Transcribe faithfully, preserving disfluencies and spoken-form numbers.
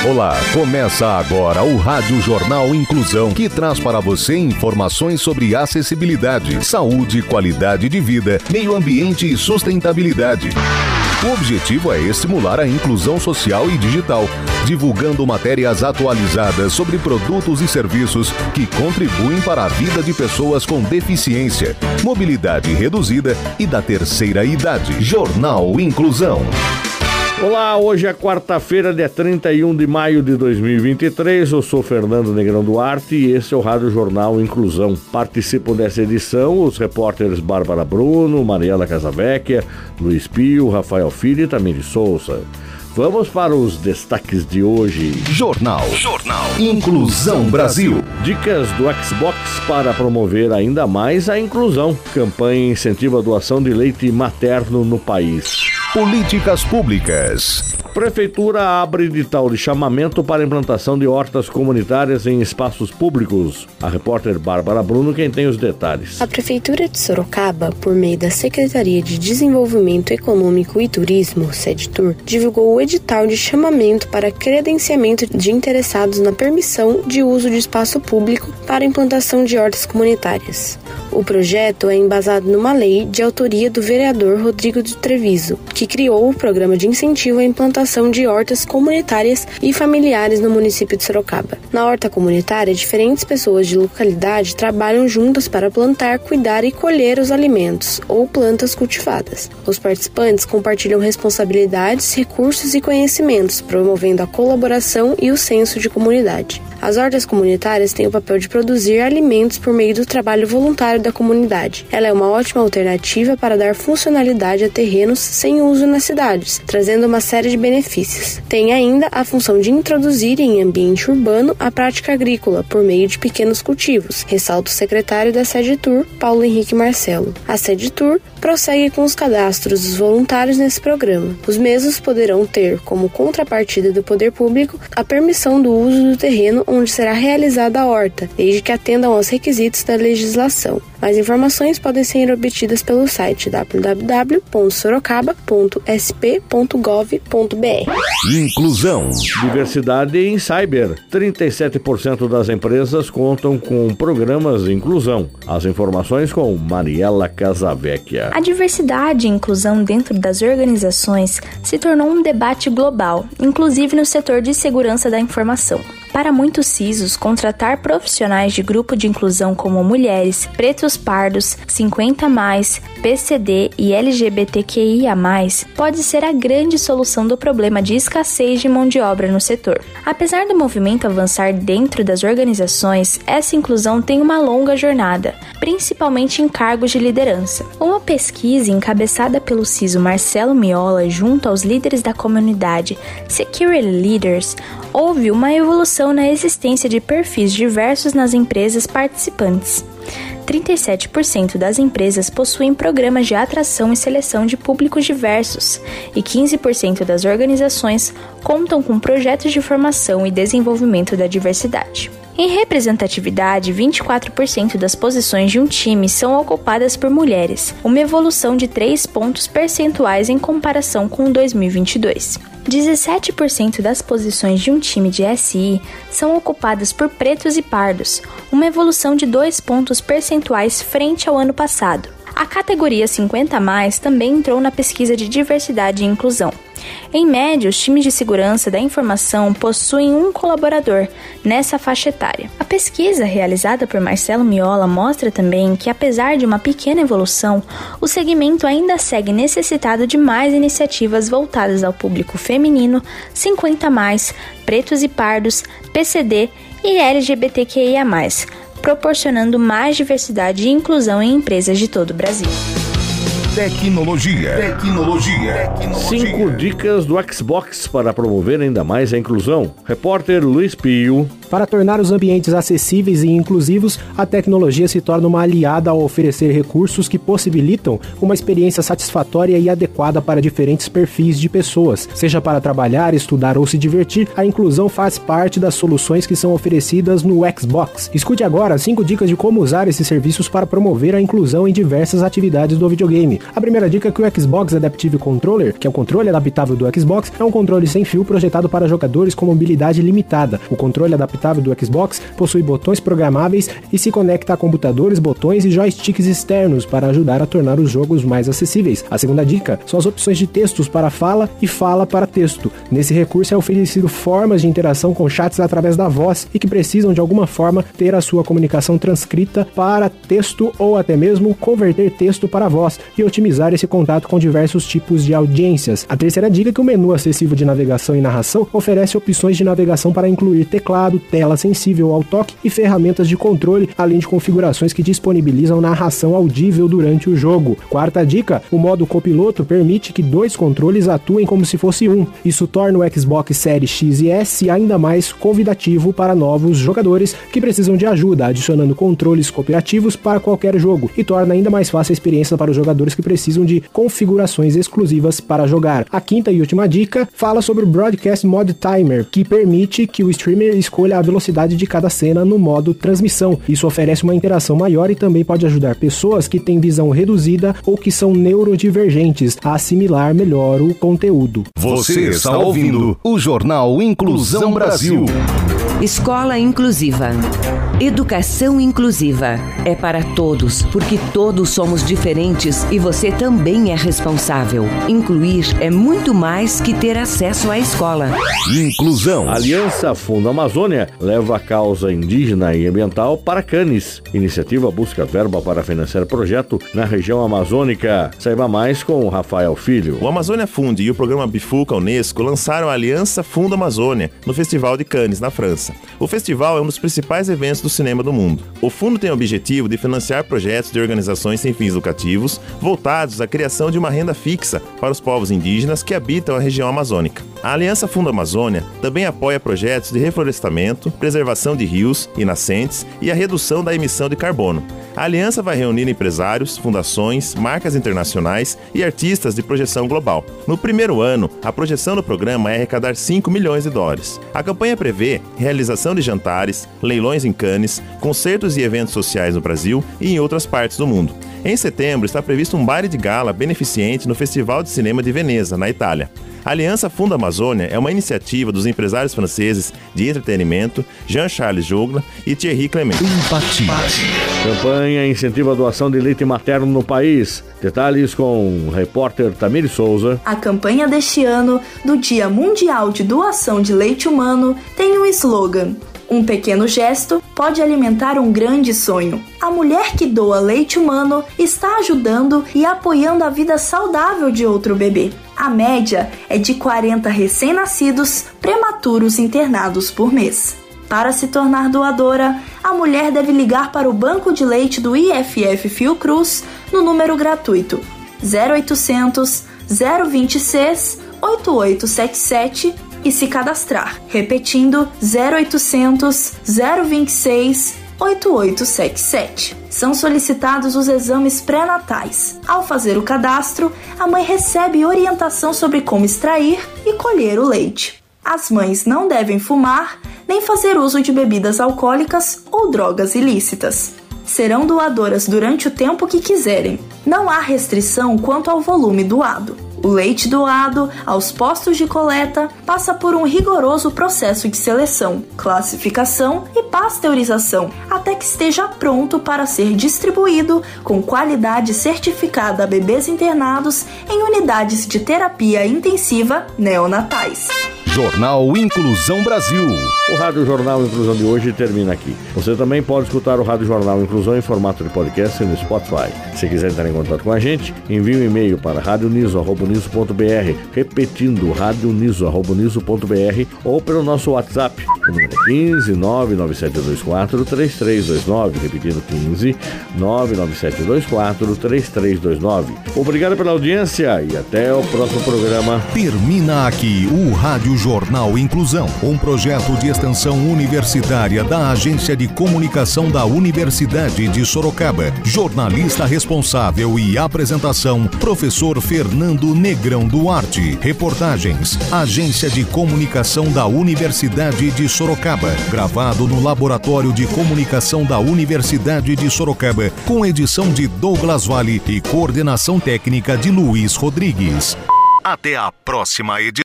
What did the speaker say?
Olá, começa agora o Rádio Jornal Inclusão, que traz para você informações sobre acessibilidade, saúde, qualidade de vida, meio ambiente e sustentabilidade. O objetivo é estimular a inclusão social e digital, divulgando matérias atualizadas sobre produtos e serviços que contribuem para a vida de pessoas com deficiência, mobilidade reduzida e da terceira idade. Jornal Inclusão. Olá, hoje é quarta-feira, dia trinta e um de maio de dois mil e vinte e três. Eu sou Fernando Negrão Duarte e esse é o Rádio Jornal Inclusão. Participam dessa edição os repórteres Bárbara Bruno, Mariela Casavecchia, Luiz Pio, Rafael Filho e Tamiri Souza. Vamos para os destaques de hoje. Jornal. Jornal. Inclusão Brasil. Dicas do Xbox para promover ainda mais a inclusão. Campanha incentiva a doação de leite materno no país. Políticas públicas. Prefeitura abre edital de chamamento para implantação de hortas comunitárias em espaços públicos. A repórter Bárbara Bruno quem tem os detalhes. A Prefeitura de Sorocaba, por meio da Secretaria de Desenvolvimento Econômico e Turismo, SEDTUR, divulgou o edital de chamamento para credenciamento de interessados na permissão de uso de espaço público para a implantação de hortas comunitárias. O projeto é embasado numa lei de autoria do vereador Rodrigo de Treviso, que criou o programa de incentivo à implantação de hortas comunitárias e familiares no município de Sorocaba. Na horta comunitária, diferentes pessoas de localidade trabalham juntas para plantar, cuidar e colher os alimentos ou plantas cultivadas. Os participantes compartilham responsabilidades, recursos e conhecimentos, promovendo a colaboração e o senso de comunidade. As hortas comunitárias têm o papel de produzir alimentos por meio do trabalho voluntário da comunidade. Ela é uma ótima alternativa para dar funcionalidade a terrenos sem uso nas cidades, trazendo uma série de benefícios. Tem ainda a função de introduzir em ambiente urbano a prática agrícola por meio de pequenos cultivos, ressalta o secretário da SEDTUR, Paulo Henrique Marcelo. A SEDTUR prossegue com os cadastros dos voluntários nesse programa. Os mesmos poderão ter, como contrapartida do poder público, a permissão do uso do terreno onde será realizada a horta, desde que atendam aos requisitos da legislação. Mais informações podem ser obtidas pelo site w w w ponto sorocaba ponto s p ponto gov ponto b r. Inclusão. Diversidade em cyber. trinta e sete por cento das empresas contam com programas de inclusão. As informações com Mariela Casavecchia. A diversidade e inclusão dentro das organizações se tornou um debate global, inclusive no setor de segurança da informação. Para muitos C I S Os, contratar profissionais de grupo de inclusão como mulheres, pretos pardos, cinquenta mais, P C D e L G B T Q I A mais, pode ser a grande solução do problema de escassez de mão de obra no setor. Apesar do movimento avançar dentro das organizações, essa inclusão tem uma longa jornada, principalmente em cargos de liderança. Uma pesquisa encabeçada pelo C I S O Marcelo Miola junto aos líderes da comunidade Security Leaders, houve uma evolução na existência de perfis diversos nas empresas participantes. trinta e sete por cento das empresas possuem programas de atração e seleção de públicos diversos e quinze por cento das organizações contam com projetos de formação e desenvolvimento da diversidade. Em representatividade, vinte e quatro por cento das posições de um time são ocupadas por mulheres, uma evolução de três pontos percentuais em comparação com dois mil e vinte e dois. dezessete por cento das posições de um time de S I são ocupadas por pretos e pardos, uma evolução de dois pontos percentuais frente ao ano passado. A categoria cinquenta mais também entrou na pesquisa de diversidade e inclusão. Em média, os times de segurança da informação possuem um colaborador nessa faixa etária. A pesquisa realizada por Marcelo Miola mostra também que, apesar de uma pequena evolução, o segmento ainda segue necessitado de mais iniciativas voltadas ao público feminino, cinquenta mais, pretos e pardos, P C D e L G B T Q I A mais, proporcionando mais diversidade e inclusão em empresas de todo o Brasil. Tecnologia. Tecnologia. Cinco dicas do Xbox para promover ainda mais a inclusão. Repórter Luiz Pio. Para tornar os ambientes acessíveis e inclusivos, a tecnologia se torna uma aliada ao oferecer recursos que possibilitam uma experiência satisfatória e adequada para diferentes perfis de pessoas. Seja para trabalhar, estudar ou se divertir, a inclusão faz parte das soluções que são oferecidas no Xbox. Escute agora cinco dicas de como usar esses serviços para promover a inclusão em diversas atividades do videogame. A primeira dica é que o Xbox Adaptive Controller, que é o controle adaptável do Xbox, é um controle sem fio projetado para jogadores com mobilidade limitada. O controle adaptável do Xbox possui botões programáveis e se conecta a computadores, botões e joysticks externos para ajudar a tornar os jogos mais acessíveis. A segunda dica são as opções de textos para fala e fala para texto. Nesse recurso é oferecido formas de interação com chats através da voz e que precisam de alguma forma ter a sua comunicação transcrita para texto ou até mesmo converter texto para voz e otimizar esse contato com diversos tipos de audiências. A terceira dica é que o menu acessível de navegação e narração oferece opções de navegação para incluir teclado, tela sensível ao toque e ferramentas de controle, além de configurações que disponibilizam narração audível durante o jogo. Quarta dica, o modo copiloto permite que dois controles atuem como se fosse um. Isso torna o Xbox Series X e S ainda mais convidativo para novos jogadores que precisam de ajuda, adicionando controles cooperativos para qualquer jogo e torna ainda mais fácil a experiência para os jogadores que precisam de configurações exclusivas para jogar. A quinta e última dica fala sobre o Broadcast Mode Timer, que permite que o streamer escolha a velocidade de cada cena no modo transmissão. Isso oferece uma interação maior e também pode ajudar pessoas que têm visão reduzida ou que são neurodivergentes a assimilar melhor o conteúdo. Você está ouvindo o Jornal Inclusão Brasil. Escola Inclusiva. Educação inclusiva é para todos, porque todos somos diferentes e você também é responsável. Incluir é muito mais que ter acesso à escola. Inclusão. A Aliança Fundo Amazônia leva a causa indígena e ambiental para Cannes. Iniciativa busca verba para financiar projeto na região amazônica. Saiba mais com Rafael Filho. O Amazônia Fund e o programa Bifuca Unesco lançaram a Aliança Fundo Amazônia no Festival de Cannes, na França. O festival é um dos principais eventos do cinema do mundo. O fundo tem o objetivo de financiar projetos de organizações sem fins lucrativos voltados à criação de uma renda fixa para os povos indígenas que habitam a região amazônica. A Aliança Fundo Amazônia também apoia projetos de reflorestamento, preservação de rios e nascentes e a redução da emissão de carbono. A aliança vai reunir empresários, fundações, marcas internacionais e artistas de projeção global. No primeiro ano, a projeção do programa é arrecadar cinco milhões de dólares. A campanha prevê realização de jantares, leilões em Cannes, concertos e eventos sociais no Brasil e em outras partes do mundo. Em setembro, está previsto um baile de gala beneficente no Festival de Cinema de Veneza, na Itália. A Aliança Fundo Amazônia é uma iniciativa dos empresários franceses de entretenimento Jean-Charles Jougla e Thierry Clement. Empatia. Campanha incentiva a doação de leite materno no país. Detalhes com o repórter Tamiri Souza. A campanha deste ano, do Dia Mundial de Doação de Leite Humano, tem um slogan: um pequeno gesto pode alimentar um grande sonho. A mulher que doa leite humano está ajudando e apoiando a vida saudável de outro bebê. A média é de quarenta recém-nascidos prematuros internados por mês. Para se tornar doadora, a mulher deve ligar para o banco de leite do I F F Fiocruz no número gratuito zero oitocentos, zero vinte e seis, oito oito sete sete e se cadastrar, repetindo zero oitocentos, zero vinte e seis, oito oito sete sete. São solicitados os exames pré-natais. Ao fazer o cadastro, a mãe recebe orientação sobre como extrair e colher o leite. As mães não devem fumar, nem fazer uso de bebidas alcoólicas ou drogas ilícitas. Serão doadoras durante o tempo que quiserem. Não há restrição quanto ao volume doado. O leite doado aos postos de coleta passa por um rigoroso processo de seleção, classificação e pasteurização, até que esteja pronto para ser distribuído com qualidade certificada a bebês internados em unidades de terapia intensiva neonatais. Jornal Inclusão Brasil. O Rádio Jornal Inclusão de hoje termina aqui. Você também pode escutar o Rádio Jornal Inclusão em formato de podcast no Spotify. Se quiser entrar em contato com a gente, envie um e-mail para rádio niso arroba niso ponto b r, repetindo rádio niso arroba niso ponto b r, ou pelo nosso WhatsApp, o número é quinze, nove nove sete dois quatro, três três dois nove, repetindo quinze, nove nove sete dois quatro, três três dois nove. Obrigado pela audiência e até o próximo programa. Termina aqui o Rádio Rádio Jornal Inclusão, um projeto de extensão universitária da Agência de Comunicação da Universidade de Sorocaba. Jornalista responsável e apresentação, professor Fernando Negrão Duarte. Reportagens, Agência de Comunicação da Universidade de Sorocaba. Gravado no Laboratório de Comunicação da Universidade de Sorocaba, com edição de Douglas Vale e coordenação técnica de Luiz Rodrigues. Até a próxima edição.